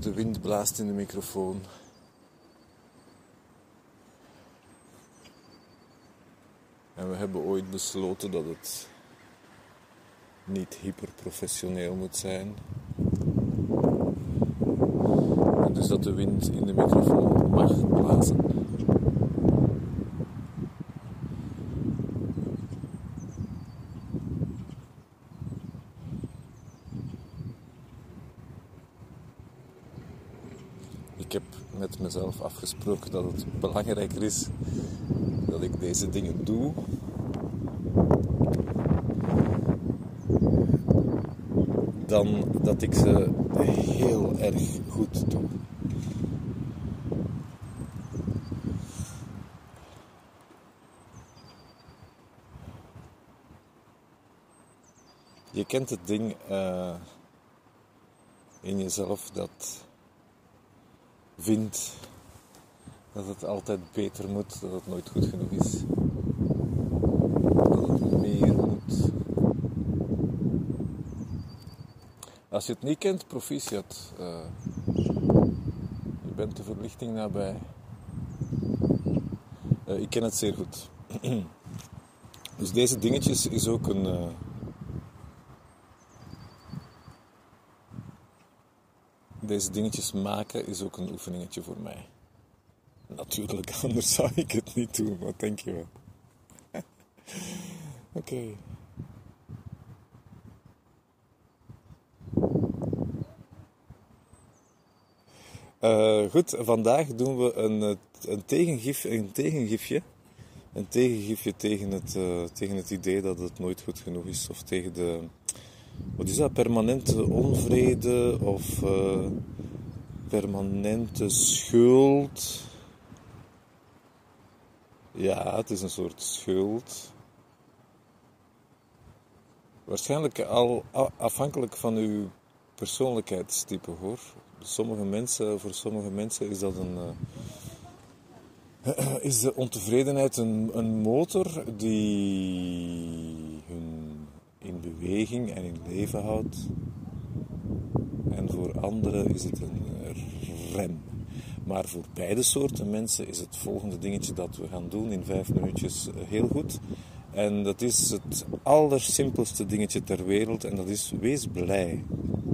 De wind blaast in de microfoon. En we hebben ooit besloten dat het niet hyperprofessioneel moet zijn. En dus dat de wind in de microfoon mag blazen. Ik heb met mezelf afgesproken dat het belangrijker is dat ik deze dingen doe dan dat ik ze heel erg goed doe. Je kent het ding in jezelf dat vindt dat het altijd beter moet, dat het nooit goed genoeg is. Dat het meer moet. Als je het niet kent, proficiat. Je bent de verlichting nabij. Ik ken het zeer goed. Dus deze dingetjes is ook een... Deze dingetjes maken is ook een oefeningetje voor mij. Natuurlijk, anders zou ik het niet doen, maar dankjewel. Oké. Goed, vandaag doen we een tegengifje. Een tegengifje tegen het idee dat het nooit goed genoeg is. Of tegen de... Wat is dat? Permanente onvrede of permanente schuld. Ja, het is een soort schuld. Waarschijnlijk al afhankelijk van uw persoonlijkheidstype, hoor. Voor sommige mensen is dat is de ontevredenheid een motor die hun in beweging en in leven houdt. En voor anderen is het een rem. Maar voor beide soorten mensen is het volgende dingetje dat we gaan doen in 5 minuutjes heel goed. En dat is het allersimpelste dingetje ter wereld en dat is wees blij.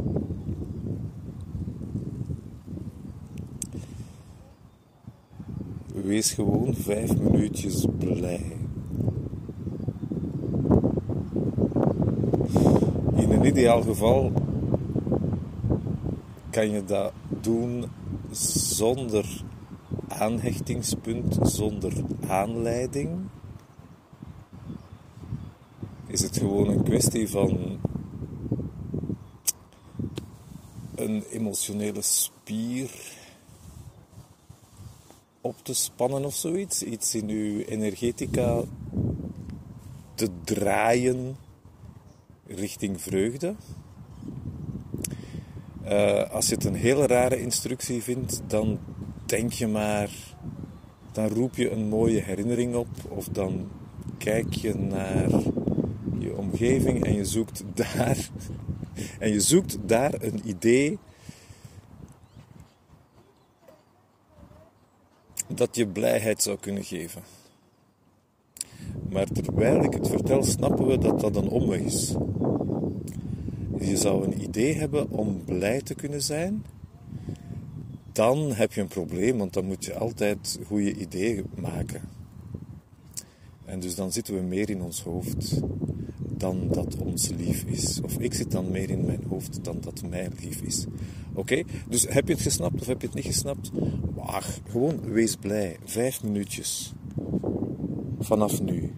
Wees gewoon 5 minuutjes blij. In een ideaal geval kan je dat doen zonder aanhechtingspunt, zonder aanleiding. Is het gewoon een kwestie van een emotionele spier op te spannen of zoiets. Iets in uw energetica te draaien richting vreugde. Als je het een hele rare instructie vindt, dan denk je maar, dan roep je een mooie herinnering op, of dan kijk je naar je omgeving en je zoekt daar een idee dat je blijheid zou kunnen geven. Maar terwijl ik het vertel, snappen we dat dat een omweg is. Je zou een idee hebben om blij te kunnen zijn. Dan heb je een probleem, want dan moet je altijd goede ideeën maken. En dus dan zitten we meer in ons hoofd dan dat ons lief is. Of ik zit dan meer in mijn hoofd dan dat mij lief is. Oké? Dus heb je het gesnapt of heb je het niet gesnapt? Wacht, gewoon wees blij. 5 minuutjes. Vanaf nu.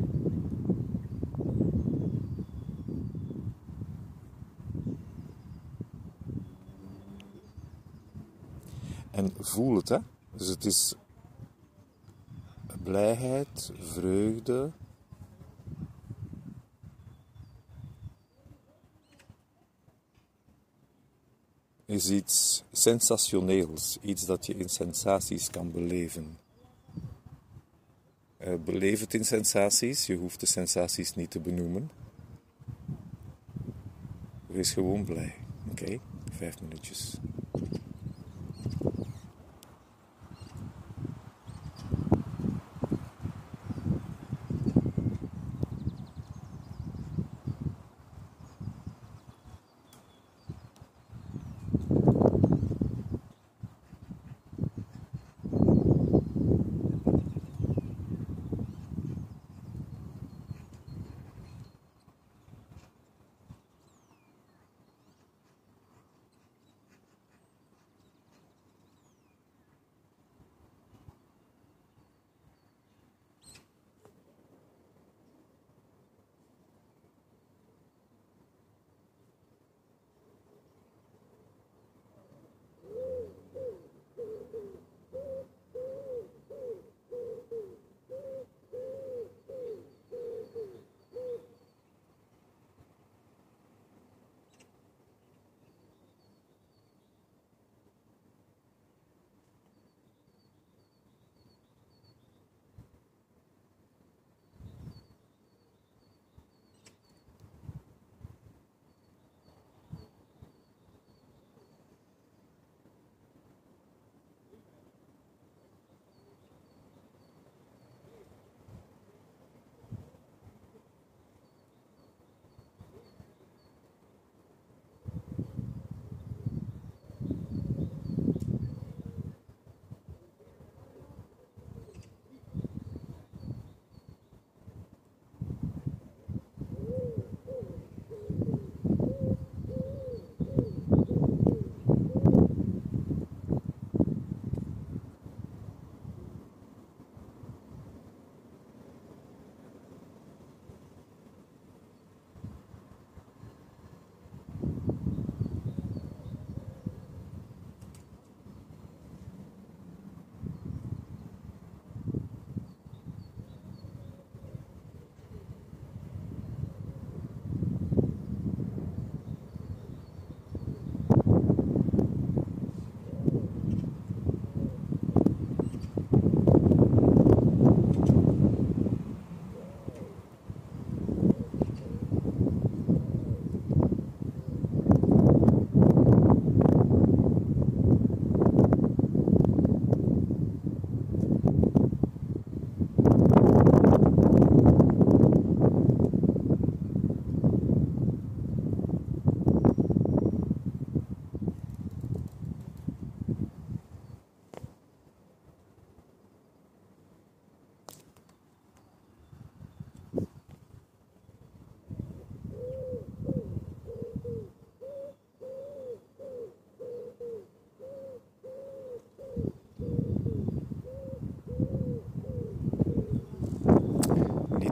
En voel het, hè. Dus het is blijheid, vreugde. Is iets sensationeels. Iets dat je in sensaties kan beleven. Beleef het in sensaties. Je hoeft de sensaties niet te benoemen. Wees gewoon blij. Oké? 5 minuutjes.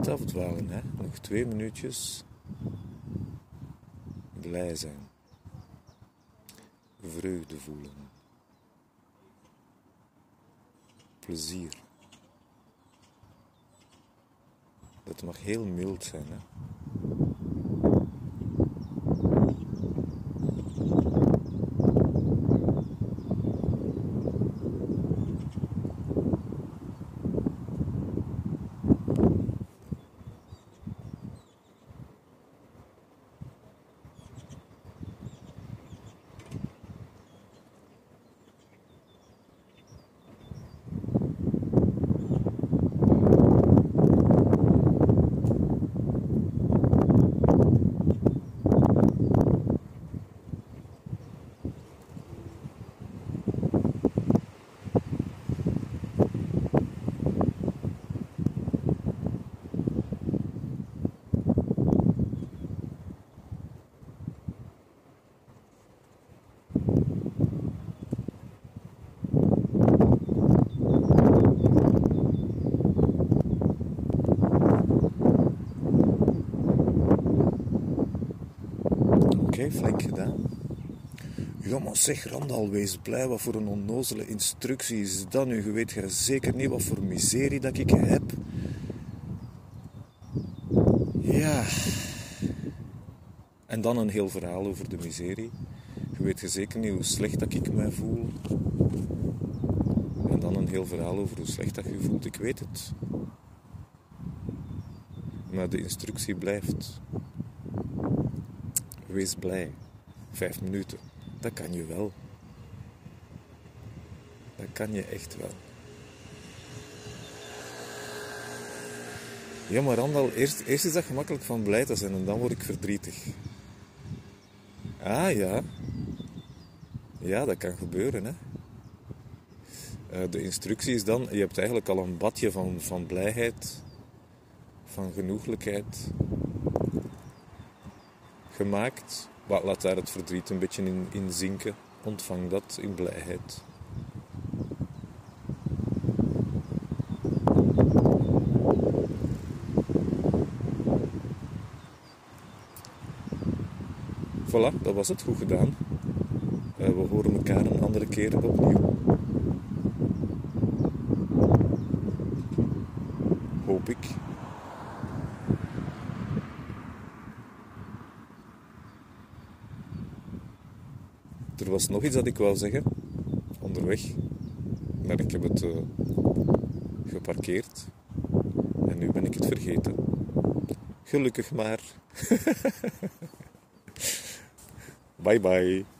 afdwalen, hè. Nog 2 minuutjes. Blij zijn. Vreugde voelen. Plezier. Dat mag heel mild zijn, hè. Oké, flink gedaan. Ja, maar zeg Randal, wees blij, wat voor een onnozele instructie is dat nu? Je weet zeker niet wat voor miserie dat ik heb. Ja. En dan een heel verhaal over de miserie. Je weet zeker niet hoe slecht dat ik mij voel. En dan een heel verhaal over hoe slecht dat je voelt. Ik weet het. Maar de instructie blijft. Wees blij. 5 minuten. Dat kan je wel. Dat kan je echt wel. Ja, maar Randal, eerst is dat gemakkelijk van blij te zijn en dan word ik verdrietig. Ah, ja. Ja, dat kan gebeuren, hè. De instructie is dan, je hebt eigenlijk al een badje van blijheid, van genoeglijkheid gemaakt. Laat daar het verdriet een beetje in zinken. Ontvang dat in blijheid. Voilà, dat was het. Goed gedaan. We horen elkaar een andere keer opnieuw. Hoop ik. Er was nog iets dat ik wou zeggen. Onderweg. Maar ik heb het geparkeerd. En nu ben ik het vergeten. Gelukkig maar. Bye bye.